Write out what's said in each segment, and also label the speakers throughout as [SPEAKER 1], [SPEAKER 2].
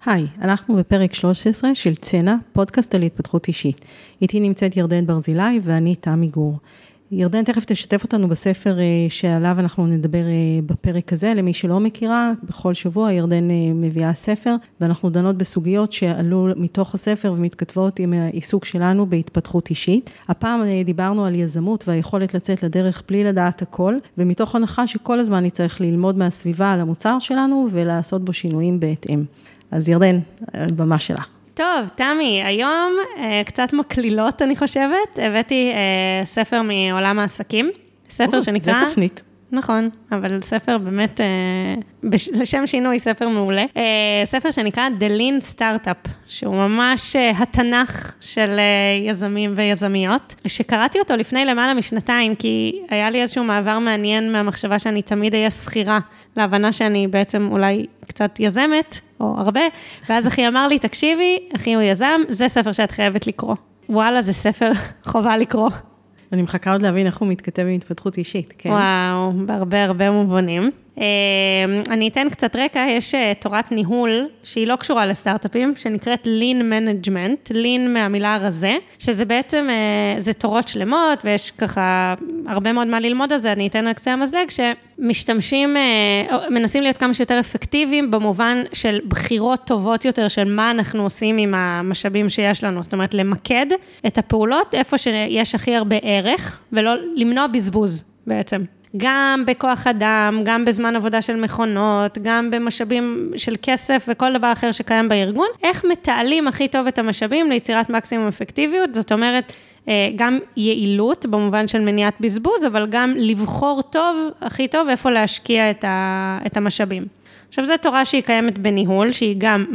[SPEAKER 1] היי, אנחנו בפרק 13 של צנע, פודקאסט על התפתחות אישית. איתי נמצאת ירדן ברזילי ואני תמי גור. ירדן תכף תשתף אותנו בספר שעליו אנחנו נדבר בפרק הזה, למי שלא מכירה, בכל שבוע ירדן מביאה ספר, ואנחנו דנות בסוגיות שעלו מתוך הספר ומתכתבות עם העיסוק שלנו בהתפתחות אישית. הפעם דיברנו על יזמות והיכולת לצאת לדרך בלי לדעת הכל, ומתוך הנחה שכל הזמן נצטרך ללמוד מהסביבה על המוצר שלנו ולעשות בו שינויים בהתאם. אז ירדן, במה שלך.
[SPEAKER 2] טוב, תמי, היום קצת מקלילות אני חושבת, הבאתי ספר מעולם העסקים, ספר שנקרא...
[SPEAKER 1] זה תפנית.
[SPEAKER 2] נכון, אבל ספר באמת, לשם שינוי ספר מעולה, ספר שנקרא The Lean Startup, שהוא ממש התנ"ך של יזמים ויזמיות, שקראתי אותו לפני למעלה משנתיים, כי היה לי איזשהו מעבר מעניין מהמחשבה שאני תמיד אהיה שכירה, להבנה שאני בעצם אולי קצת יזמת, או הרבה, ואז אחי אמר לי, תקשיבי, אחי הוא יזם, זה ספר שאת חייבת לקרוא. וואלה, זה ספר חובה לקרוא.
[SPEAKER 1] אני מחכה עוד להבין איך הוא מתכתב עם התפתחות אישית, כן?
[SPEAKER 2] וואו, בהרבה מובנים. אני אתן קצת רקע, יש תורת ניהול שהיא לא קשורה לסטארט-אפים, שנקראת Lean Management, Lean מהמילה רזה, שזה בעצם, זה תורות שלמות, ויש ככה הרבה מאוד מה ללמוד על זה, אני אתן על קצה המזלג, שמשתמשים, מנסים להיות כמה שיותר אפקטיביים, במובן של בחירות טובות יותר, של מה אנחנו עושים עם המשאבים שיש לנו, זאת אומרת, למקד את הפעולות, איפה שיש הכי הרבה ערך, ולא למנוע בזבוז בעצם. גם בכוח אדם, גם בזמן עבודה של מכונות, גם במשאבים של כסף וכל דבר אחר שקיים בארגון, איך מתעלים הכי טוב את המשאבים ליצירת מקסימום אפקטיביות, זאת אומרת, גם יעילות במובן של מניעת בזבוז, אבל גם לבחור טוב, הכי טוב, איפה להשקיע את המשאבים. עכשיו, זו תורה שהיא קיימת בניהול, שהיא גם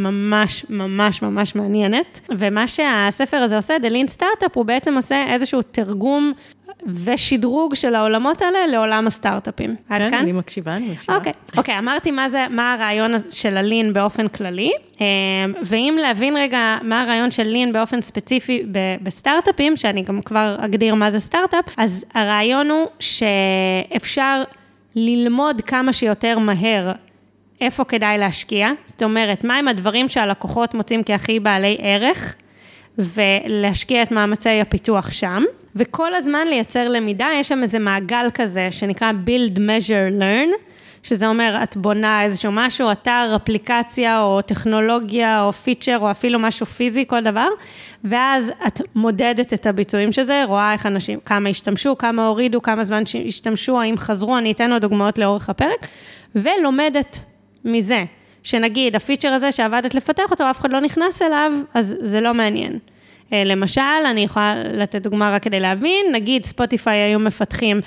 [SPEAKER 2] ממש מעניינת, ומה שהספר הזה עושה, The Lean Startup, הוא בעצם עושה איזשהו תרגום ושדרוג של העולמות האלה לעולם הסטארט-אפים.
[SPEAKER 1] כן, אני מקשיבה.
[SPEAKER 2] אוקיי, אמרתי מה הרעיון של הלין באופן כללי, ואם להבין רגע מה הרעיון של לין באופן ספציפי בסטארט-אפים, שאני גם כבר אגדיר מה זה סטארט-אפ, אז הרעיון הוא שאפשר ללמוד כמה שיותר מהר איפה כדאי להשקיע, זאת אומרת, מהם הדברים שהלקוחות מוצאים כהכי בעלי ערך, ולהשקיע את מאמצי הפיתוח שם, וכל הזמן לייצר למידה, יש שם איזה מעגל כזה, שנקרא Build, Measure, Learn, שזה אומר, את בונה איזשהו משהו, אתר, אפליקציה, או טכנולוגיה, או פיצ'ר, או אפילו משהו פיזי, כל דבר, ואז את מודדת את הביצועים שזה, רואה איך אנשים, כמה השתמשו, כמה הורידו, כמה זמן השתמשו, האם חזרו, אני אתן עוד דוגמאות לאורך הפרק, ולומדת מזה, שנגיד, הפיצ'ר הזה שעבדת לפתח אותו, אף אחד לא נכנס אליו, אז זה לא מעניין. למשל, אני יכולה לתת דוגמה רק כדי להבין, נגיד ספוטיפיי היו מפתחים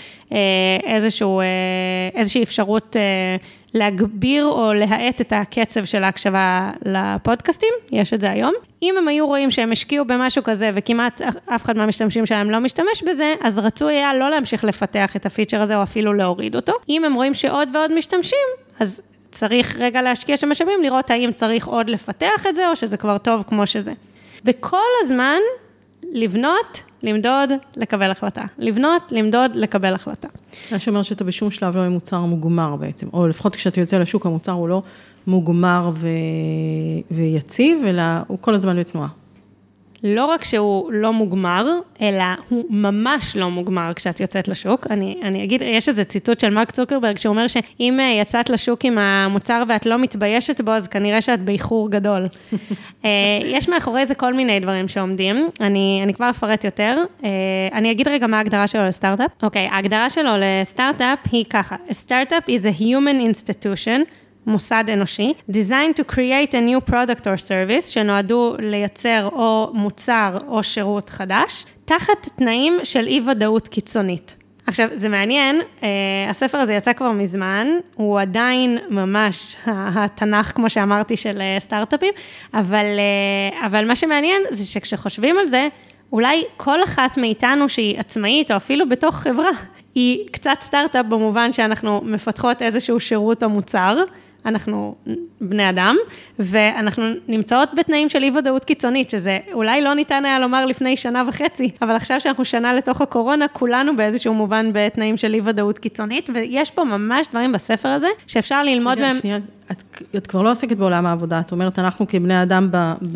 [SPEAKER 2] איזושהי אפשרות להגביר או להאט את הקצב של ההקשבה לפודקאסטים, יש את זה היום. אם הם היו רואים שהם השקיעו במשהו כזה, וכמעט אף אחד מהמשתמשים שלהם לא משתמש בזה, אז רצו היה לא להמשיך לפתח את הפיצ'ר הזה, או אפילו להוריד אותו. אם הם רואים שעוד ועוד משתמשים, אז צריך רגע להשקיע שמשאבים, לראות האם צריך עוד לפתח את זה, או שזה כבר טוב כמו שזה. וכל הזמן לבנות, למדוד, לקבל החלטה. לבנות, למדוד, לקבל החלטה.
[SPEAKER 1] זה שאומר שאתה בשום שלב לא יהיה מוצר מוגמר בעצם, או לפחות כשאתה יוצא לשוק, המוצר הוא לא מוגמר ויציב, אלא הוא כל הזמן בתנועה.
[SPEAKER 2] לא רק שהוא לא מוגמר, אלא הוא ממש לא מוגמר כשאת יוצאת לשוק. אני אגיד, יש איזה ציטוט של מרק צוקרברג, שהוא אומר שאם יצאת לשוק עם המוצר ואת לא מתביישת בו, אז כנראה שאת באיחור גדול. יש מאחורי זה כל מיני דברים שעומדים. אני כבר אפרט יותר. אני אגיד רגע מה ההגדרה שלו לסטארט-אפ. אוקיי, ההגדרה שלו לסטארט-אפ היא ככה. A startup is a human institution, מוסד אנושי, designed to create a new product or service, שנועדו לייצר או מוצר או שירות חדש, תחת תנאים של אי-ודאות קיצונית. עכשיו, זה מעניין, הספר הזה יצא כבר מזמן, הוא עדיין ממש התנ"ך, כמו שאמרתי, של סטארט-אפים, אבל מה שמעניין זה שכשחושבים על זה, אולי כל אחת מאיתנו שהיא עצמאית, או אפילו בתוך חברה, היא קצת סטארט-אפ במובן שאנחנו מפתחות איזשהו שירות או מוצר, אנחנו בני אדם, ואנחנו נמצאות בתנאים של אי-ודאות קיצונית, שזה אולי לא ניתן היה לומר לפני שנה וחצי, אבל עכשיו שאנחנו שנה לתוך הקורונה, כולנו באיזשהו מובן בתנאים של אי-ודאות קיצונית, ויש פה ממש דברים בספר הזה, שאפשר ללמוד מהם.
[SPEAKER 1] שנייה, את כבר לא עוסקת בעולם העבודה, את אומרת, אנחנו כבני אדם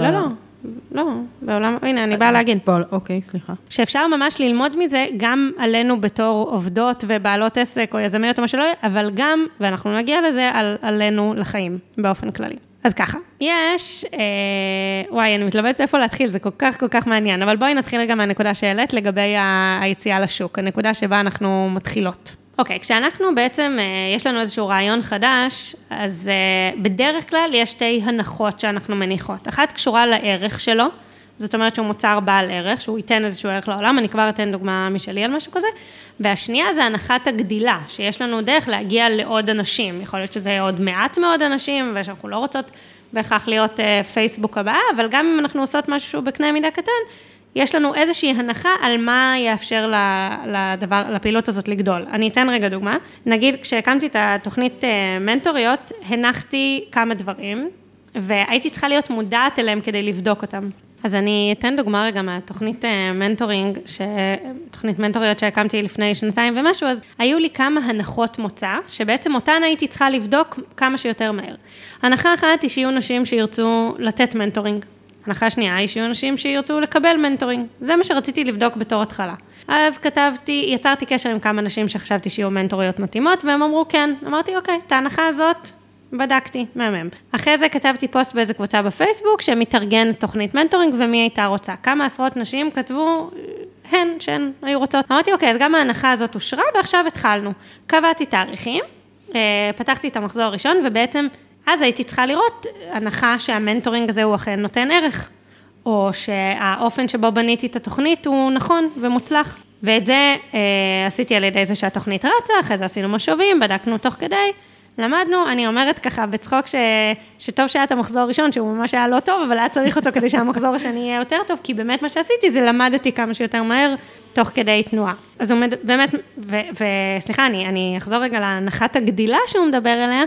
[SPEAKER 2] לא, בעולם, הנה, אני באה להגיד.
[SPEAKER 1] אוקיי, סליחה.
[SPEAKER 2] שאפשר ממש ללמוד מזה, גם עלינו בתור עובדות ובעלות עסק או יזמיות או מה שלא יהיה, אבל גם, ואנחנו נגיע לזה, עלינו לחיים, באופן כללי. אז ככה, יש, וואי, אני מתלבטת איפה להתחיל, זה כל כך מעניין, אבל בואי נתחיל רגע מהנקודה שהעלית לגבי היציאה לשוק, הנקודה שבה אנחנו מתחילות. אוקיי, כשאנחנו בעצם, יש לנו איזשהו רעיון חדש, אז בדרך כלל יש שתי הנחות שאנחנו מניחות. אחת קשורה לערך שלו, זאת אומרת שהוא מוצר בעל ערך, שהוא ייתן איזשהו ערך לעולם, אני כבר אתן דוגמה משלי על משהו כזה, והשנייה זה הנחת הגדילה, שיש לנו דרך להגיע לעוד אנשים, יכול להיות שזה עוד מעט מאוד אנשים, ושאנחנו לא רוצות בהכרח להיות פייסבוק הבאה, אבל גם אם אנחנו עושות משהו בקנה מידה קטן, יש לנו איזושהי הנחה על מה יאפשר לפעילות הזאת לגדול. אני אתן רגע דוגמה. נגיד, כשהקמתי את התוכנית מנטוריות, הנחתי כמה דברים, והייתי צריכה להיות מודעת אליהם כדי לבדוק אותם. אז אני אתן דוגמה רגע מהתוכנית מנטורינג, תוכנית מנטוריות שהקמתי לפני 2 ומשהו, אז היו לי כמה הנחות מוצא, שבעצם אותן הייתי צריכה לבדוק כמה שיותר מהר. הנחה אחת היא שיהיו נשים שירצו לתת מנטורינג. הנחה שנייה היא שיהיו אנשים שירצו לקבל מנטורינג. זה מה שרציתי לבדוק בתור התחלה. אז יצרתי קשר עם כמה אנשים שחשבתי שיהיו מנטוריות מתאימות, והם אמרו כן. אמרתי, אוקיי, את ההנחה הזאת בדקתי, מהמם. אחרי זה כתבתי פוסט באיזה קבוצה בפייסבוק, שמתארגן תוכנית מנטורינג, ומי הייתה רוצה. כמה עשרות נשים כתבו, שהן היו רוצות. אמרתי, אוקיי, אז גם ההנחה הזאת אושרה, ועכשיו התחלנו. קבעתי תאריכים, פתחתי את המחזור הראשון, ובעצם אז הייתי צריכה לראות הנחה שהמנטורינג הזה הוא אכן נותן ערך, או שהאופן שבו בניתי את התוכנית הוא נכון ומוצלח. ואת זה עשיתי על ידי זה שהתוכנית רצה, אחרי זה עשינו משובים, בדקנו תוך כדי, למדנו, אני אומרת ככה בצחוק שטוב שהיה את המחזור הראשון, שהוא ממש היה לא טוב, אבל היה צריך אותו כדי שהמחזור השני יהיה יותר טוב, כי באמת מה שעשיתי זה למדתי כמה שיותר מהר, תוך כדי תנועה. אז הוא באמת, וסליחה, אני אחזור רגע להנחת הגדילה שהוא מדבר אליה,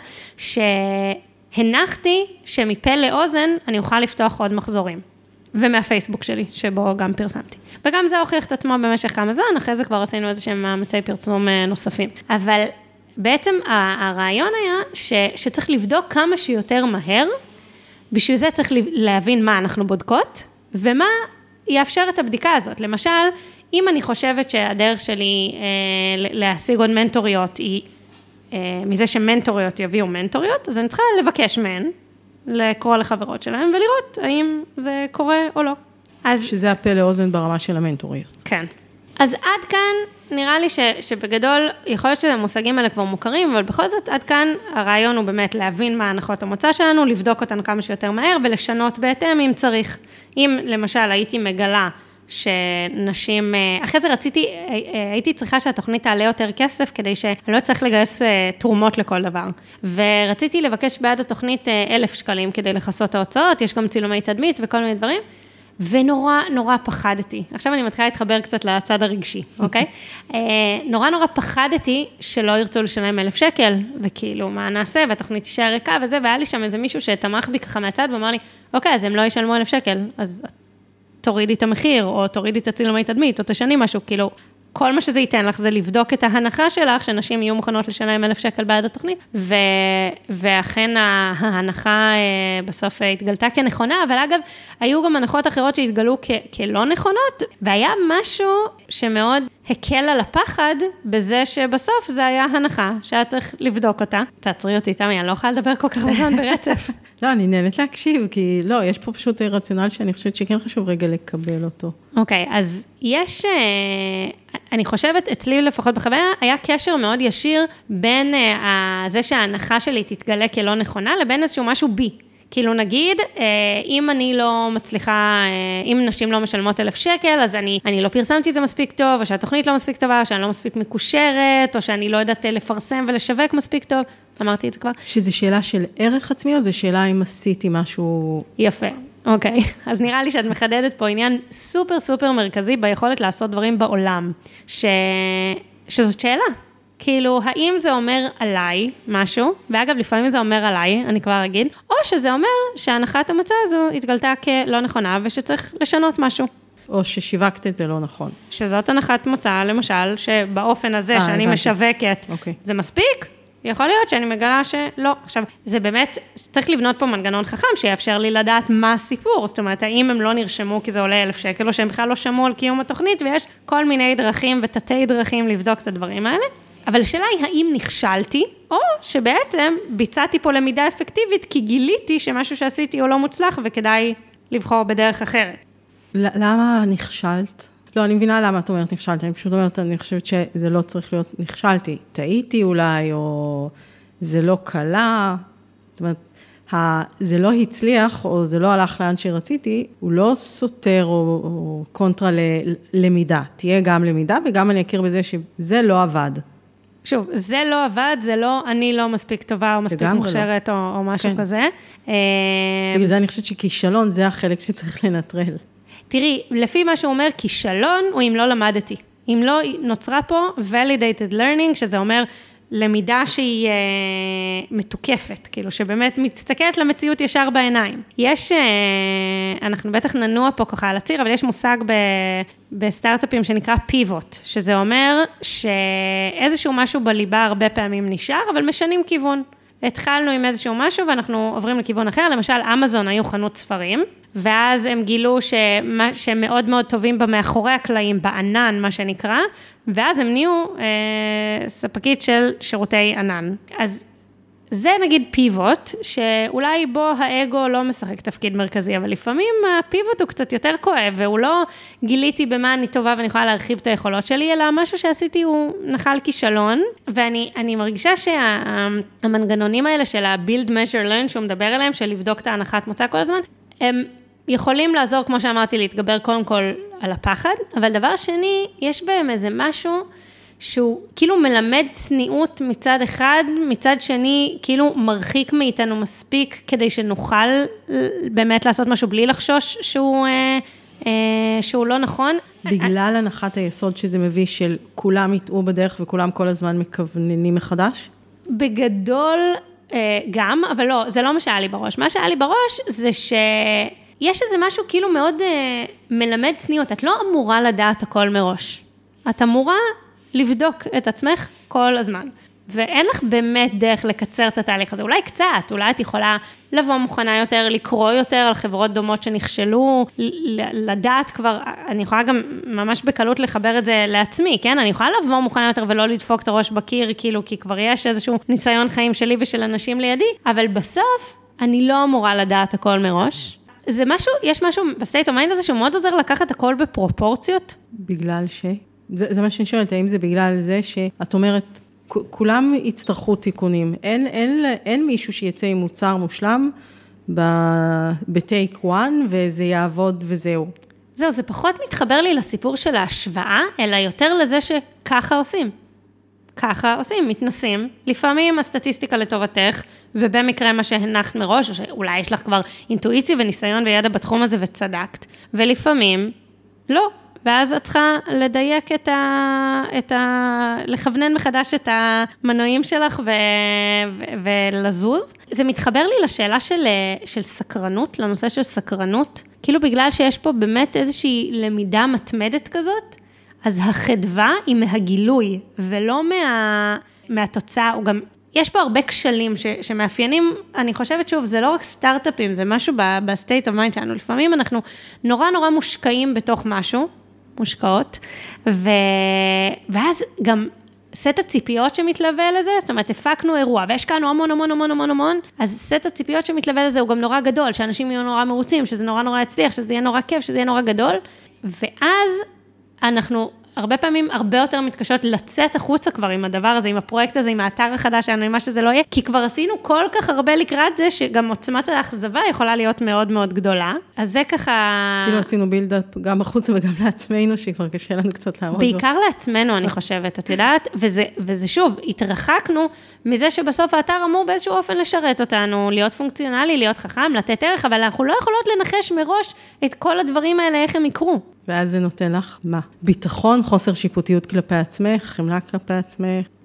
[SPEAKER 2] שהנחתי שמפה לאוזן אני אוכל לפתוח עוד מחזורים. ומהפייסבוק שלי, שבו גם פרסמתי. וגם זה הוכיח את עצמו במשך כמה זמן, אחרי זה כבר עשינו איזשהם מאמצי פרסום נוספים. אבל בעצם הרעיון היה שצריך לבדוק כמה שיותר מהר, בשביל זה צריך להבין מה אנחנו בודקות, ומה יאפשר את הבדיקה הזאת. למשל, אם אני חושבת שהדרך שלי להשיג עוד מנטוריות היא מזה שמנטוריות יביאו מנטוריות, אז אני צריכה לבקש מהן, לקרוא לחברות שלהם ולראות האם זה קורה או לא.
[SPEAKER 1] שזה הפה לאוזן ברמה של המנטוריות.
[SPEAKER 2] כן. אז עד כאן נראה לי שבגדול יכול להיות שהמושגים האלה כבר מוכרים, אבל בכל זאת עד כאן הרעיון הוא באמת להבין מה הנחות המוצא שלנו, לבדוק אותנו כמה שיותר מהר ולשנות בהתאם אם צריך. אם למשל הייתי מגלה שנשים, אחרי זה הייתי צריכה שהתוכנית תעלה יותר כסף, כדי שאני לא צריך לגייס תרומות לכל דבר. ורציתי לבקש בעד התוכנית 1,000 שקלים כדי לחסות ההוצאות, יש גם צילומי תדמית וכל מיני דברים, ונורא פחדתי. עכשיו אני מתחילה להתחבר קצת לצד הרגשי, אוקיי? נורא פחדתי שלא ירצו לשלם 1,000 שקל, וכאילו מה נעשה, והתוכנית תישאר ריקה וזה, והיה לי שם איזה מישהו שתמך בי ככה מהצד, ואמר לי, אוקיי, אז הם לא ישלמו 1,000 שקל, אז תורידי את המחיר, או תורידי את הצילומי תדמית, או תשני משהו, כאילו, כל מה שזה ייתן לך זה לבדוק את ההנחה שלך, שאנשים יהיו מוכנות לשלם 1,000 שקל בעד התוכנית, ואכן ההנחה בסוף התגלתה כנכונה, אבל אגב, היו גם הנחות אחרות שהתגלו כלא נכונות, והיה משהו שמאוד הקל על הפחד, בזה שבסוף זה היה הנחה, שהיה צריך לבדוק אותה. תעצרי אותי, תמי, אני לא יכולה לדבר כל כך בזמן ברצף.
[SPEAKER 1] לא, אני נהנית להקשיב, כי לא, יש פה פשוט רציונל שאני חושבת שכן חשוב רגע לקבל אותו.
[SPEAKER 2] אוקיי, אז יש, אני חושבת, אצלי לפחות בחוויה, היה קשר מאוד ישיר בין זה שההנחה שלי תתגלה כלא נכונה, לבין איזשהו משהו בי. כאילו נגיד, אם אני לא מצליחה, אם נשים לא משלמות 1,000 שקל, אז אני לא פרסמתי את זה מספיק טוב, או שהתוכנית לא מספיק טובה, או שאני לא מספיק מקושרת, או שאני לא יודעת לפרסם ולשווק מספיק טוב. אמרתי את זה כבר.
[SPEAKER 1] שזה שאלה של ערך עצמי, או זה שאלה אם עשיתי משהו...
[SPEAKER 2] יפה. אוקיי, אז נראה לי שאת מחדדת פה עניין סופר מרכזי ביכולת לעשות דברים בעולם, שזאת שאלה. כאילו, האם זה אומר עליי משהו, ואגב, לפעמים זה אומר עליי, אני כבר אגיד, או שזה אומר שהנחת המוצא הזו התגלתה כלא נכונה, ושצריך לשנות משהו.
[SPEAKER 1] או ששיווקת את זה לא נכון.
[SPEAKER 2] שזאת הנחת מוצא, למשל, שבאופן הזה שאני משווקת, זה מספיק? יכול להיות שאני מגלה שלא. עכשיו, זה באמת, צריך לבנות פה מנגנון חכם, שיאפשר לי לדעת מה הסיפור, זאת אומרת, האם הם לא נרשמו כי זה עולה 1,000 שקל, או שהם בכלל לא שמעו על קיום התוכנית, ויש כל מיני דרכים ותתי דרכים לבדוק את הדברים האלה. אבל השאלה היא, האם נכשלתי, או שבעצם ביצעתי פה למידה אפקטיבית, כי גיליתי שמשהו שעשיתי הוא לא מוצלח, וכדאי לבחור בדרך אחרת.
[SPEAKER 1] למה נכשלת? לא, אני מבינה למה את אומרת נכשלתי, אני פשוט אומרת, אני חושבת שזה לא צריך להיות נכשלתי, טעיתי אולי, או זה לא קלה, זאת אומרת, זה לא הצליח, או זה לא הלך לאן שרציתי, הוא לא סותר או קונטרה ללמידה, תהיה גם למידה, וגם אני אכיר בזה שזה לא עבד.
[SPEAKER 2] שוב, זה לא עבד, זה לא, אני לא מספיק טובה, או מספיק מוכשרת, או משהו כזה.
[SPEAKER 1] בגלל זה אני חושבת שכישלון זה החלק שצריך לנטרל.
[SPEAKER 2] תראי, לפי מה שהוא אומר, כישלון הוא אם לא למדתי. אם לא נוצרה פה validated learning, שזה אומר למידה שהיא מתוקפת, כאילו שבאמת מסתכלת למציאות ישר בעיניים. יש, אנחנו בטח ננוע פה ככה על הציר, אבל יש מושג בסטארט-אפים שנקרא פיבוט, שזה אומר שאיזשהו משהו בליבה הרבה פעמים נשאר, אבל משנים כיוון. התחלנו עם איזשהו משהו ואנחנו עוברים לכיוון אחר, למשל אמזון היו חנות ספרים, ואז הם גילו שהם מאוד מאוד טובים במאחורי הקלעים, בענן מה שנקרא, ואז הם נהיו ספקית של שירותי ענן. אז זה נגיד פיבוט, שאולי בו האגו לא משחק תפקיד מרכזי, אבל לפעמים הפיבוט הוא קצת יותר כואב, והוא לא גיליתי במה אני טובה ואני יכולה להרחיב את היכולות שלי, אלא משהו שעשיתי הוא נחל כישלון, ואני מרגישה שהמנגנונים האלה של ה-build, measure, learn, שהוא מדבר עליהם, של לבדוק את ההנחת מוצא כל הזמן, הם יכולים לעזור, כמו שאמרתי, להתגבר קודם כל על הפחד, אבל דבר שני, יש בהם איזה משהו שהוא כאילו מלמד צניעות מצד אחד, מצד שני, כאילו מרחיק מאיתנו מספיק, כדי שנוכל באמת לעשות משהו בלי לחשוש שהוא לא נכון.
[SPEAKER 1] בגלל הנחת היסוד שזה מביא של כולם יטעו בדרך וכולם כל הזמן מכווננים מחדש?
[SPEAKER 2] בגדול גם, אבל לא, זה לא מה שהיה לי בראש. מה שהיה לי בראש זה שיש איזה משהו כאילו מאוד מלמד צניעות. את לא אמורה לדעת הכל מראש. את אמורה לבדוק את עצמך כל הזמן. ואין לך באמת דרך לקצר את התהליך הזה. אולי קצת, אולי את יכולה לבוא מוכנה יותר, לקרוא יותר על חברות דומות שנכשלו, לדעת כבר, אני יכולה גם ממש בקלות לחבר את זה לעצמי, כן? אני יכולה לבוא מוכנה יותר ולא לדפוק את הראש בקיר, כאילו, כי כבר יש איזשהו ניסיון חיים שלי ושל אנשים לידי, אבל בסוף אני לא אמורה לדעת הכל מראש. זה משהו, יש משהו בסטייט אוף מיינד הזה שהוא מאוד עוזר לקחת הכל בפרופורציות.
[SPEAKER 1] בגלל זה מה שאני שואלת, האם זה בגלל זה שאת אומרת, כולם יצטרכו תיקונים, אין מישהו שיצא עם מוצר מושלם בטייק 1 וזה יעבוד וזהו.
[SPEAKER 2] זהו, זה פחות מתחבר לי לסיפור של ההשוואה, אלא יותר לזה שככה עושים. ככה עושים, מתנסים, לפעמים הסטטיסטיקה לטובתך, ובמקרה מה שהנחת מראש, או שאולי יש לך כבר אינטואיציה וניסיון וידע בתחום הזה וצדקת, ולפעמים לא. ואז את צריכה לדייק לכוונן מחדש את המנועים שלך ולזוז. זה מתחבר לי לשאלה של סקרנות, לנושא של סקרנות, כאילו בגלל שיש פה באמת איזושהי למידה מתמדת כזאת, אז החדווה היא מהגילוי, ולא מהתוצאה, או גם יש פה הרבה כשלים שמאפיינים, אני חושבת שוב, זה לא רק סטארט-אפים, זה משהו בסטייט אוף מיינד שלנו, לפעמים אנחנו נורא מושקעים בתוך משהו, מושקעות, ואז גם סט הציפיות שמתלווה לזה, זאת אומרת, הפקנו אירוע, והשקענו המון, אז סט הציפיות שמתלווה לזה הוא גם נורא גדול, שאנשים יהיו נורא מרוצים, שזה נורא יצליח, שזה יהיה נורא כיף, שזה יהיה נורא גדול, ואז אנחנו הרבה פעמים הרבה יותר מתקשות לצאת החוצה כבר עם הדבר הזה, עם הפרויקט הזה, עם האתר החדש שלנו, עם מה שזה לא יהיה, כי כבר עשינו כל כך הרבה לקראת זה, שגם עוצמת האכזבה יכולה להיות מאוד מאוד גדולה, אז זה ככה
[SPEAKER 1] כאילו עשינו בילדאפ גם בחוץ וגם לעצמנו, שכבר קשה לנו קצת לעמוד.
[SPEAKER 2] בעיקר לעצמנו, אני חושבת, את יודעת, וזה שוב, התרחקנו מזה שבסוף האתר אמור באיזשהו אופן לשרת אותנו, להיות פונקציונלי, להיות חכם, לתת ערך, אבל אנחנו לא יכולות לנחש מראש את כל הדברים האלה, איך הם יקרו.
[SPEAKER 1] ואז זה נותן לך מה? ביטחון, חוסר שיפוטיות כלפי עצמך, חמלה כלפי עצמך.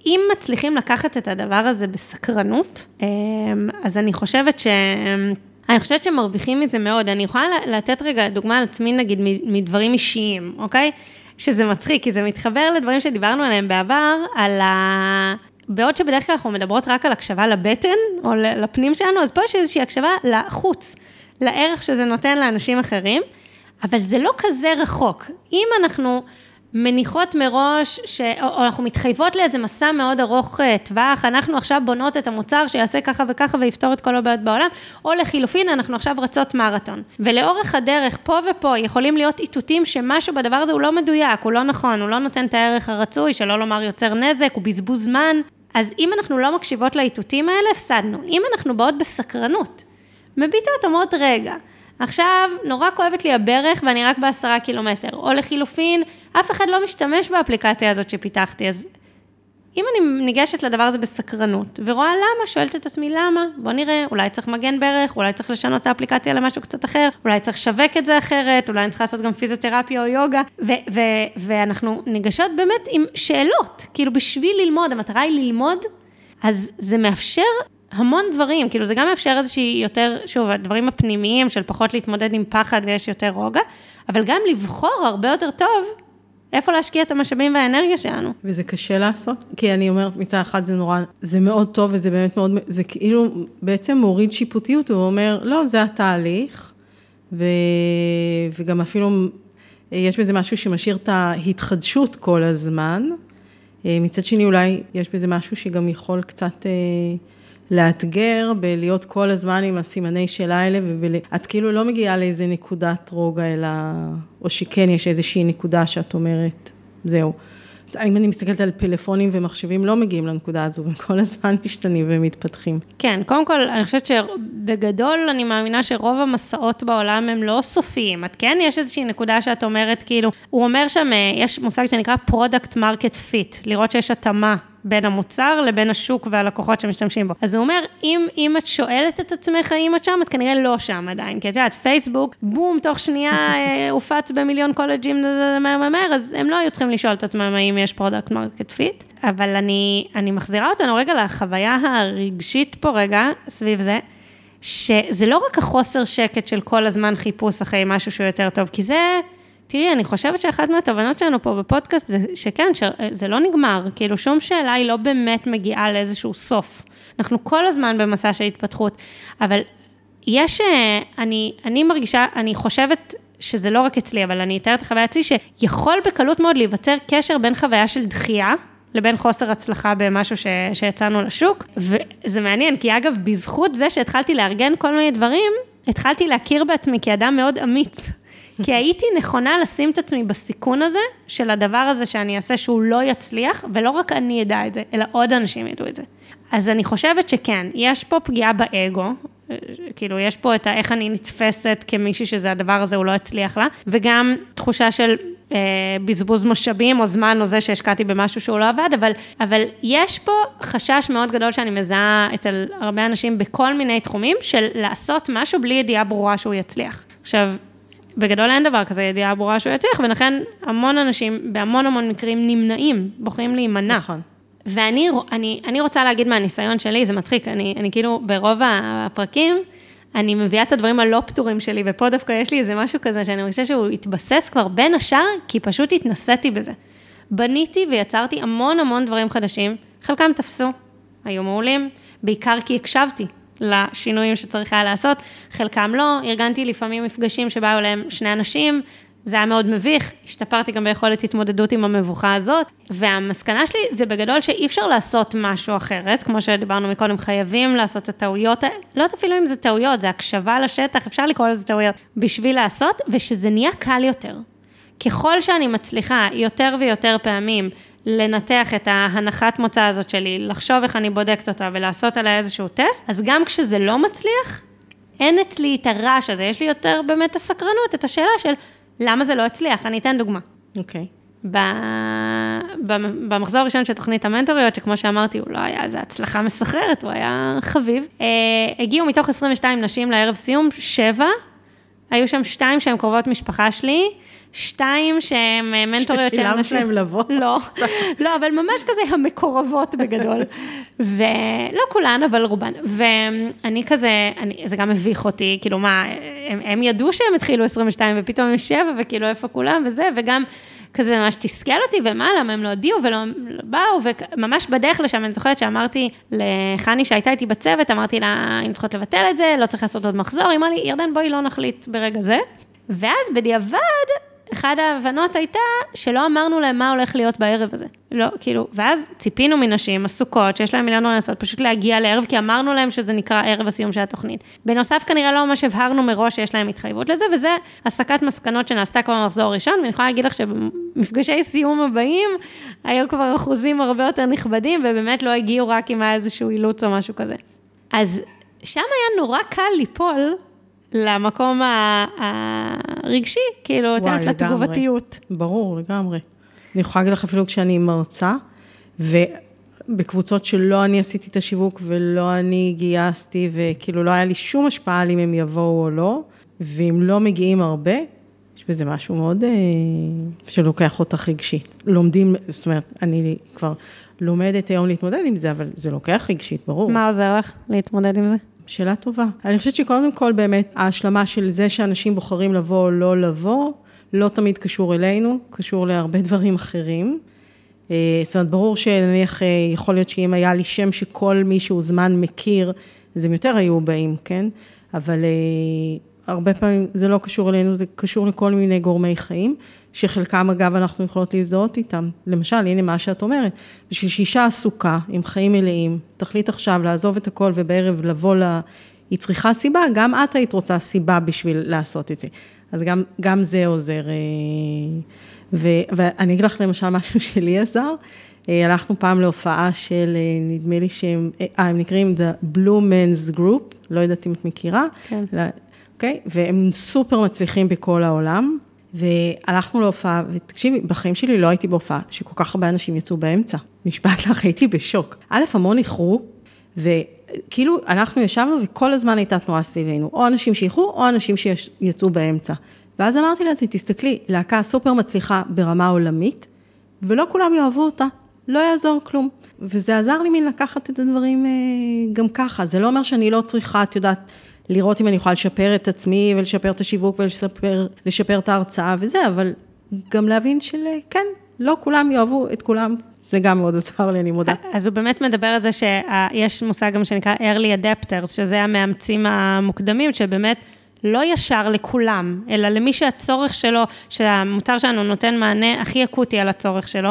[SPEAKER 2] אם מצליחים לקחת את הדבר הזה בסקרנות, אז אני חושבת שמרוויחים מזה מאוד. אני יכולה לתת רגע דוגמה על עצמי, נגיד, מדברים אישיים, אוקיי? שזה מצחיק, כי זה מתחבר לדברים שדיברנו עליהם בעבר, בעוד שבדרך כלל אנחנו מדברות רק על הקשבה לבטן, או לפנים שלנו, אז פה יש איזושהי הקשבה לחוץ, לערך שזה נותן לאנשים אחרים, אבל זה לא כזה רחוק. אם אנחנו מניחות מראש, או אנחנו מתחייבות לאיזה מסע מאוד ארוך טווח, אנחנו עכשיו בונות את המוצר שיעשה ככה וככה ויפתור את כל הבעיות בעולם, או לחילופין, אנחנו עכשיו רצות מרתון. ולאורך הדרך, פה ופה, יכולים להיות איתותים שמשהו בדבר הזה הוא לא מדויק, הוא לא נכון, הוא לא נותן את הערך הרצוי, שלא לומר יוצר נזק, הוא בזבוז זמן. אז אם אנחנו לא מקשיבות לאיתותים האלה, הפסדנו. אם אנחנו באות בסקרנות, מביטות אומרות רגע, עכשיו, נורא כואבת לי הברך ואני רק ב10 קילומטר, או לחילופין, אף אחד לא משתמש באפליקציה הזאת שפיתחתי, אז אם אני ניגשת לדבר הזה בסקרנות, ורואה למה, שואלת את עצמי למה, בוא נראה, אולי צריך מגן ברך, אולי צריך לשנות את האפליקציה למשהו קצת אחר, אולי צריך שווק את זה אחרת, אולי אני צריכה לעשות גם פיזיותרפיה או יוגה, ואנחנו ניגשות באמת עם שאלות, כאילו בשביל ללמוד, המטרה היא ללמוד, אז זה מאפשר המון דברים, כאילו זה גם מאפשר איזושהי יותר, שוב, הדברים הפנימיים של פחות להתמודד עם פחד ויש יותר רוגע, אבל גם לבחור הרבה יותר טוב, איפה להשקיע את המשאבים והאנרגיה שלנו.
[SPEAKER 1] וזה קשה לעשות, כי אני אומרת מצד אחד זה נורא, זה מאוד טוב וזה באמת מאוד, זה כאילו בעצם מוריד שיפוטיות, הוא אומר, לא, זה התהליך, וגם אפילו יש בזה משהו שמשאיר את ההתחדשות כל הזמן, מצד שני אולי יש בזה משהו שגם יכול קצת לאתגר, בלהיות כל הזמן עם הסימני שאלה האלה, ואת כאילו לא מגיעה לאיזה נקודת רוגע, אלא, או שכן יש איזושהי נקודה שאת אומרת, זהו. אז אם אני מסתכלת על פלאפונים ומחשבים, לא מגיעים לנקודה הזו, וכל הזמן משתנים ומתפתחים.
[SPEAKER 2] כן, קודם כל, אני חושבת שבגדול, אני מאמינה שרוב המסעות בעולם הם לא סופיים. את כן, יש איזושהי נקודה שאת אומרת, כאילו, הוא אומר שם, יש מושג שנקרא Product Market Fit, לראות שיש התאמה בין המוצר לבין השוק והלקוחות שמשתמשים בו. אז הוא אומר, אם את שואלת את עצמך, האם את שם, את כנראה לא שם עדיין, כי את יודעת, פייסבוק, בום, תוך שנייה הופץ במיליון קולג'ים, אז הם לא היו צריכים לשאול את עצמם, האם יש פרודקט מרקט פיט, אבל אני מחזירה אותנו רגע לחוויה הרגשית פה רגע, סביב זה, שזה לא רק החוסר שקט של כל הזמן חיפוש אחרי משהו שהוא יותר טוב, כי זה, תראי, אני חושבת שאחת מהתובנות שלנו פה בפודקאסט, זה שכן, זה לא נגמר, כאילו שום שאלה היא לא באמת מגיעה לאיזשהו סוף. אנחנו כל הזמן במסע של התפתחות, אבל יש, אני מרגישה, אני חושבת שזה לא רק אצלי, אבל אני אתאר את החוויה אצלי, שיכול בקלות מאוד להיווצר קשר בין חוויה של דחייה, לבין חוסר הצלחה במשהו שיצאנו לשוק, וזה מעניין, כי אגב, בזכות זה שהתחלתי לארגן כל מיני דברים, התחלתי להכיר בעצמי כאדם מאוד אמיץ, כי הייתי נכונה לשים את עצמי בסיכון הזה, של הדבר הזה שאני אעשה שהוא לא יצליח, ולא רק אני ידע את זה, אלא עוד אנשים ידעו את זה. אז אני חושבת שכן, יש פה פגיעה באגו, כאילו יש פה את איך אני נתפסת כמישהי שזה הדבר הזה, הוא לא הצליח לה, וגם תחושה של בזבוז משאבים או זמן או זה שהשקעתי במשהו שהוא לא עבד, אבל יש פה חשש מאוד גדול שאני מזהה אצל הרבה אנשים בכל מיני תחומים, של לעשות משהו בלי ידיעה ברורה שהוא יצליח. עכשיו, בגדול אין דבר כזה ידיעה ברורה שהוא יצליח, ולכן המון אנשים, בהמון מקרים נמנעים, בוחרים להימנע.
[SPEAKER 1] נכון.
[SPEAKER 2] ואני רוצה להגיד מהניסיון שלי, זה מצחיק, אני כאילו ברוב הפרקים, אני מביאה את הדברים הלא פתורים שלי, ופה דווקא יש לי איזה משהו כזה, שאני מרגישה שהוא התבסס כבר בין השאר, כי פשוט התנסיתי בזה. בניתי ויצרתי המון דברים חדשים, חלקם תפסו, היו מעולים, בעיקר כי הקשבתי לשינויים שצריך היה לעשות, חלקם לא, ארגנתי לפעמים מפגשים שבאו להם 2 אנשים, זה היה מאוד מביך, השתפרתי גם ביכולת התמודדות עם המבוכה הזאת, והמסקנה שלי זה בגדול שאי אפשר לעשות משהו אחרת, כמו שדיברנו מקודם, חייבים לעשות את הטעויות, לא אפילו אם זה טעויות, זה הקשבה לשטח, אפשר לקרוא לזה טעויות, בשביל לעשות, ושזה נהיה קל יותר. ככל שאני מצליחה יותר ויותר פעמים, לנתח את ההנחת מוצא הזאת שלי, לחשוב איך אני בודקת אותה, ולעשות עליה איזשהו טסט, אז גם כשזה לא מצליח, אין אצלי את הרעש הזה, יש לי יותר באמת הסקרנות, את השאלה של למה זה לא הצליח? אני אתן דוגמה.
[SPEAKER 1] אוקיי.
[SPEAKER 2] במחזור הראשון של תוכנית המנטוריות, שכמו שאמרתי, הוא לא היה איזו הצלחה מסחררת, הוא היה חביב. הגיעו מתוך 22 נשים לערב סיום, 7, היו שם 2 שהן קרובות משפחה שלי, 2 שהן מנטוריות של
[SPEAKER 1] ששילמת להם לבוא.
[SPEAKER 2] לא, אבל ממש כזה המקורבות בגדול. ולא כולן, אבל רובן. ואני כזה, זה גם מביך אותי, כאילו מה, הם ידעו שהם התחילו 22 ופתאום הם 7 וכאילו איפה כולם וזה, וגם כזה ממש תסכל אותי, ומה, למה הם לא הודיעו ולא באו, וממש בדרך לשם, אני זוכרת שאמרתי לחני שהייתה איתי בצוות, אמרתי לה, אם צריכות לבטל את זה, לא צריך לעשות עוד מחזור, היא אמרה לי, ירדן, בואי לא נחליט ברגע זה. ואז בדיעבד, אחד ההבנות הייתה שלא אמרנו להם מה הולך להיות בערב הזה. לא, כאילו, ואז ציפינו מנשים עסוקות, שיש להם מיליון לעשות, פשוט להגיע לערב, כי אמרנו להם שזה נקרא ערב הסיום של התוכנית. בנוסף, כנראה לא ממש הבהרנו מראש שיש להם התחייבות לזה, וזה הסקת מסקנות שנעשתה כבר במחזור הראשון, ואני יכולה להגיד לך שבמפגשי סיום הבאים, היו כבר אחוזים הרבה יותר נכבדים, ובאמת לא הגיעו רק עם איזשהו אילוץ או משהו כזה. אז שם היה נורא קל ליפול, למקום הרגשי, כאילו, תנת לתגובתיות.
[SPEAKER 1] ברור, לגמרי. אני יכולה להגיד לך אפילו כשאני מרצה, ובקבוצות שלא אני עשיתי את השיווק, ולא אני גייסתי, וכאילו לא היה לי שום השפעה על אם הם יבואו או לא, ואם לא מגיעים הרבה, יש בזה משהו מאוד שלוקח אותך רגשית. לומדים, זאת אומרת, אני כבר לומדת היום להתמודד עם זה, אבל זה לוקח רגשית, ברור.
[SPEAKER 2] מה עוזר לך להתמודד עם זה?
[SPEAKER 1] שאלה טובה. אני חושבת שקודם כל באמת ההשלמה של זה שאנשים בוחרים לבוא או לא לבוא, לא תמיד קשור אלינו, קשור להרבה דברים אחרים. זאת אומרת, ברור שנניח יכול להיות שאם היה לי שם שכל מישהו זמן מכיר, אז הם יותר היו באים, כן? אבל הרבה פעמים זה לא קשור אלינו, זה קשור לכל מיני גורמי חיים, שחלקם אגב אנחנו יכולות להזדהות איתם. למשל, הנה מה שאת אומרת, בשביל שאישה עסוקה, עם חיים מלאים, תחליט עכשיו לעזוב את הכל ובערב לבוא היא צריכה סיבה, גם את היית רוצה סיבה בשביל לעשות את זה. אז גם זה עוזר. ואני אגיד לך למשל משהו שלי עזר, הלכנו פעם להופעה של, נדמה לי שהם, הם נקראים The Blue Men's Group, לא יודעת אם את מכירה,
[SPEAKER 2] כן.
[SPEAKER 1] אוקיי? והם סופר מצליחים בכל העולם, והלכנו להופעה, ותקשיבי, בחיים שלי לא הייתי בהופעה, שכל כך הרבה אנשים יצאו באמצע. משפט לך, הייתי בשוק. א', המון איחרו, וכאילו אנחנו ישבנו, וכל הזמן הייתה תנועה סביבנו, או אנשים שאיחרו, או אנשים שיצאו באמצע. ואז אמרתי לעצמי, תסתכלי, להקה סופר מצליחה ברמה עולמית, ולא כולם יאהבו אותה, לא יעזור כלום. וזה עזר לי מן לקחת את הדברים גם ככה. זה לא אומר שאני לא צריכה, את יודעת, לראות אם אני יכולה לשפר את עצמי, ולשפר את השיווק, ולשפר את ההרצאה וזה, אבל גם להבין כן, לא כולם יאהבו את כולם, זה גם מאוד עזר לי, אני מודה.
[SPEAKER 2] אז הוא באמת מדבר על זה שיש מושג גם שנקרא early adapters, שזה המאמצים המוקדמים, שבאמת לא ישר לכולם, אלא למי שהצורך שלו, שהמוצר שלנו נותן מענה הכי אקוטי על הצורך שלו,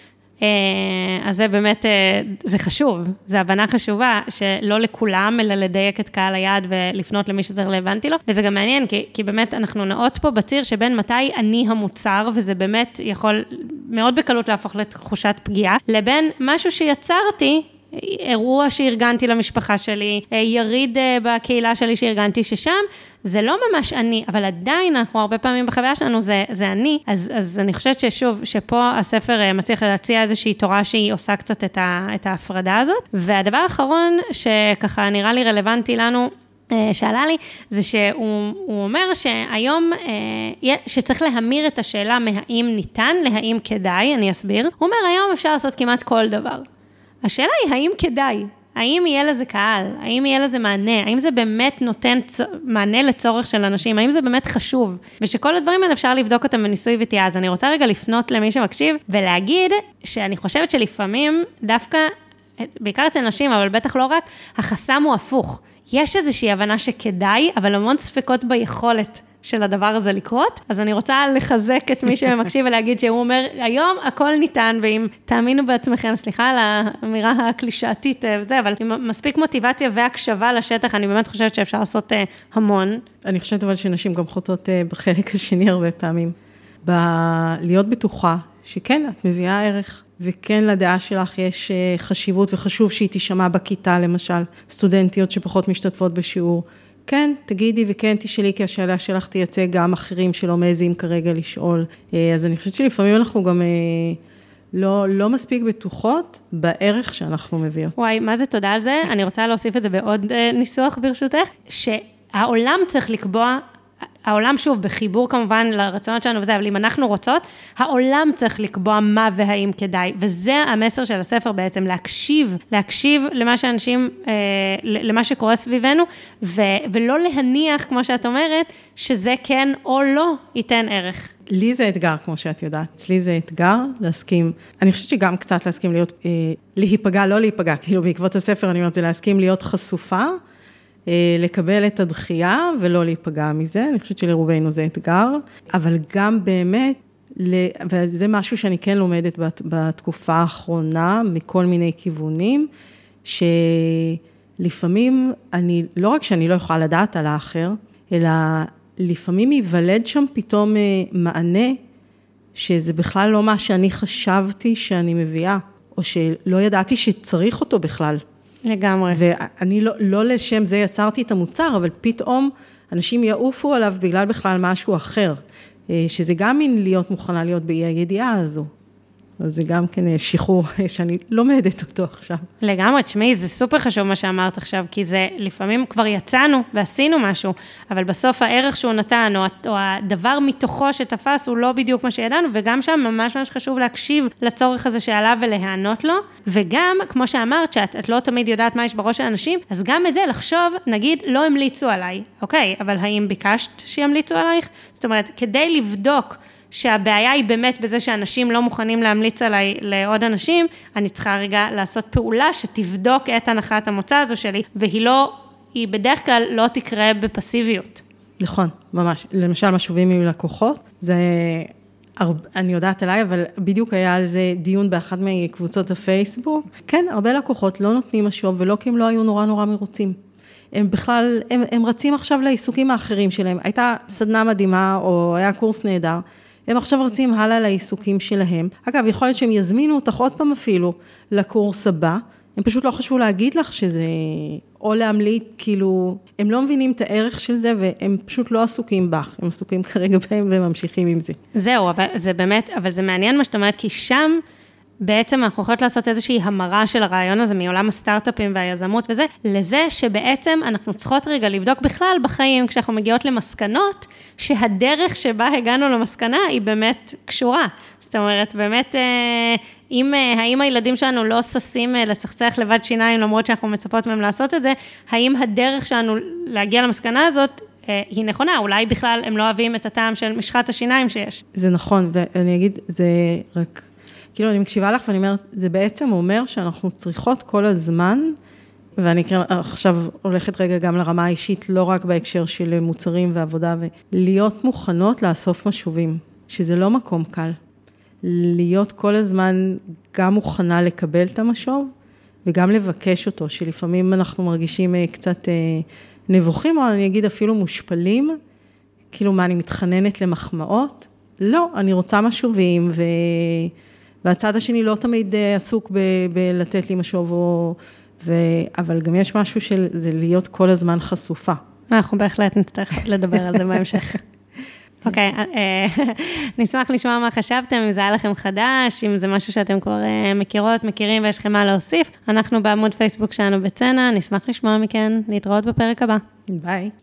[SPEAKER 2] אז זה באמת, זה חשוב, זה הבנה חשובה, שלא לכולם, אלא לדייק את קהל היעד ולפנות למי שזה רלוונטי לו, וזה גם מעניין, כי באמת אנחנו נעות פה בציר שבין מתי אני המוצר, וזה באמת יכול מאוד בקלות להפוך לתחושת פגיעה, לבין משהו שיצרתי, אירוע שארגנתי למשפחה שלי, יריד בקהילה שלי שארגנתי, ששם זה לא ממש אני, אבל עדיין אנחנו הרבה פעמים בחוויה שלנו, זה אני, אז אני חושבת ששוב, שפה הספר מצליח להציע איזושהי תורה שהיא עושה קצת את ההפרדה הזאת, והדבר האחרון שככה נראה לי רלוונטי לנו, שאלה לי, זה שהוא אומר שהיום, שצריך להמיר את השאלה מהאם ניתן, להאם כדאי, אני אסביר, הוא אומר היום אפשר לעשות כמעט כל דבר. השאלה היא, האם כדאי? האם יהיה לזה קהל? האם יהיה לזה מענה? האם זה באמת נותן מענה לצורך של אנשים? האם זה באמת חשוב? ושכל הדברים האלה אפשר לבדוק אותם בניסוי וטעייה. אז אני רוצה רגע לפנות למי שמקשיב, ולהגיד שאני חושבת שלפעמים, דווקא, בעיקר אצל נשים, אבל בטח לא רק, החסם הוא הפוך. יש איזושהי הבנה שכדאי, אבל המון ספקות ביכולת של הדבר הזה לקרות, אז אני רוצה לחזק את מי שמקשיב ולהגיד שהוא אומר, היום הכל ניתן, ואם תאמינו בעצמכם, סליחה על האמירה הקלישאתית וזה, אבל עם מספיק מוטיבציה והקשבה לשטח, אני באמת חושבת שאפשר לעשות המון.
[SPEAKER 1] אני חושבת אבל שנשים גם חוטאות בחלק השני הרבה פעמים, להיות בטוחה שכן, את מביאה ערך, וכן לדעה שלך יש חשיבות וחשוב שהיא תשמע בכיתה, למשל, סטודנטיות שפחות משתתפות בשיעור, כן, תגידי וכן תשאלי, כי השאלה שלך תייצא גם אחרים שלא מעזים כרגע לשאול. אז אני חושבת שלפעמים אנחנו גם לא מספיק בטוחות בערך שאנחנו מביאות.
[SPEAKER 2] וואי, מה זה תודה על זה? אני רוצה להוסיף את זה בעוד ניסוח ברשותך, שהעולם צריך לקבוע העולם שוב, בחיבור כמובן לרצונות שלנו וזה, אבל אם אנחנו רוצות, העולם צריך לקבוע מה והאם כדאי, וזה המסר של הספר בעצם, להקשיב למה שאנשים, למה שקורה סביבנו, ולא להניח, כמו שאת אומרת, שזה כן או לא ייתן ערך.
[SPEAKER 1] לי זה אתגר, כמו שאת יודעת. אצלי זה אתגר להסכים, אני חושבת שגם קצת להסכים להיות, להיפגע, לא להיפגע, כאילו בעקבות הספר אני אומרת, זה להסכים להיות חשופה, לקבל את הדחייה ולא להיפגע מזה, אני חושבת שלרובנו זה אתגר, אבל גם באמת, וזה משהו שאני כן לומדת בתקופה האחרונה, מכל מיני כיוונים, שלפעמים, לא רק שאני לא יכולה לדעת על האחר, אלא לפעמים ייוולד שם פתאום מענה, שזה בכלל לא מה שאני חשבתי שאני מביאה, או שלא ידעתי שצריך אותו בכלל.
[SPEAKER 2] לגמרי.
[SPEAKER 1] ואני לא לשם זה יצרתי את המוצר, אבל פתאום אנשים יעופו עליו בגלל בכלל משהו אחר, שזה גם מין להיות מוכנה להיות באי הידיעה הזו. אז זה גם כן שחרור שאני לומדת אותו עכשיו.
[SPEAKER 2] לגמרי, תשמעי, זה סופר חשוב מה שאמרת עכשיו, כי זה לפעמים כבר יצאנו ועשינו משהו, אבל בסוף הערך שהוא נתן, או הדבר מתוכו שתפס, הוא לא בדיוק מה שידענו, וגם שם ממש ממש חשוב להקשיב לצורך הזה שעליו ולהיענות לו, וגם, כמו שאמרת, שאת לא תמיד יודעת מה יש בראש של אנשים, אז גם את זה לחשוב, נגיד, לא המליצו עליי, אוקיי, אבל האם ביקשת שימליצו עלייך? זאת אומרת, כדי לבדוק שהבעיה היא באמת בזה שאנשים לא מוכנים להמליץ עליי לעוד אנשים, אני צריכה רגע לעשות פעולה שתבדוק את הנחת המוצא הזו שלי, היא בדרך כלל לא תקרה בפסיביות.
[SPEAKER 1] נכון, ממש. למשל, משובים עם לקוחות, זה, אני יודעת עליי, אבל בדיוק היה על זה דיון באחת מקבוצות הפייסבוק. כן, הרבה לקוחות לא נותנים משוב, ולא כי הם לא היו נורא נורא מרוצים. הם בכלל, הם רצים עכשיו לעיסוקים האחרים שלהם. הייתה סדנה מדהימה, או היה קורס נהדר. הם עכשיו רצים הלאה לעיסוקים שלהם. אגב, יכול להיות שהם יזמינו אותך עוד פעם אפילו לקורס הבא. הם פשוט לא חשבו להגיד לך שזה, או להמליץ, כאילו, הם לא מבינים את הערך של זה, והם פשוט לא עסוקים בך. הם עסוקים כרגע בהם וממשיכים עם זה.
[SPEAKER 2] זהו, אבל זה באמת, אבל זה מעניין מה שאת אומרת, כי שם בעצם אנחנו יכולות לעשות איזושהי המרה של הרעיון הזה מעולם הסטארט-אפים והיזמות וזה, לזה שבעצם אנחנו צריכות רגע לבדוק בכלל בחיים, כשאנחנו מגיעות למסקנות, שהדרך שבה הגענו למסקנה היא באמת קשורה. זאת אומרת, באמת, האם הילדים שלנו לא ססים לצחצח לבד שיניים, למרות שאנחנו מצפות מהם לעשות את זה, האם הדרך שלנו להגיע למסקנה הזאת, היא נכונה, אולי בכלל הם לא אוהבים את הטעם של משחת השיניים שיש.
[SPEAKER 1] זה נכון, ואני אגיד, זה רק כאילו אני מקשיבה לך ואני אומרת, זה בעצם אומר שאנחנו צריכות כל הזמן, ואני עכשיו הולכת רגע גם לרמה האישית, לא רק בהקשר של מוצרים ועבודה, ולהיות מוכנות לאסוף משובים, שזה לא מקום קל. להיות כל הזמן גם מוכנה לקבל את המשוב, וגם לבקש אותו, שלפעמים אנחנו מרגישים קצת נבוכים, או אני אגיד אפילו מושפלים, כאילו מה, אני מתחננת למחמאות? לא, אני רוצה משובים, והצד השני לא תמיד עסוק בלתת לי משוב, אבל גם יש משהו של זה להיות כל הזמן חשופה.
[SPEAKER 2] אנחנו בהחלט נצטרך לדבר על זה בהמשך. אוקיי, נשמח לשמוע מה חשבתם, אם זה היה לכם חדש, אם זה משהו שאתם כבר מכירות, מכירים ויש לכם מה להוסיף. אנחנו בעמוד פייסבוק שלנו בצנע, נשמח לשמוע מכן, להתראות בפרק הבא.
[SPEAKER 1] ביי.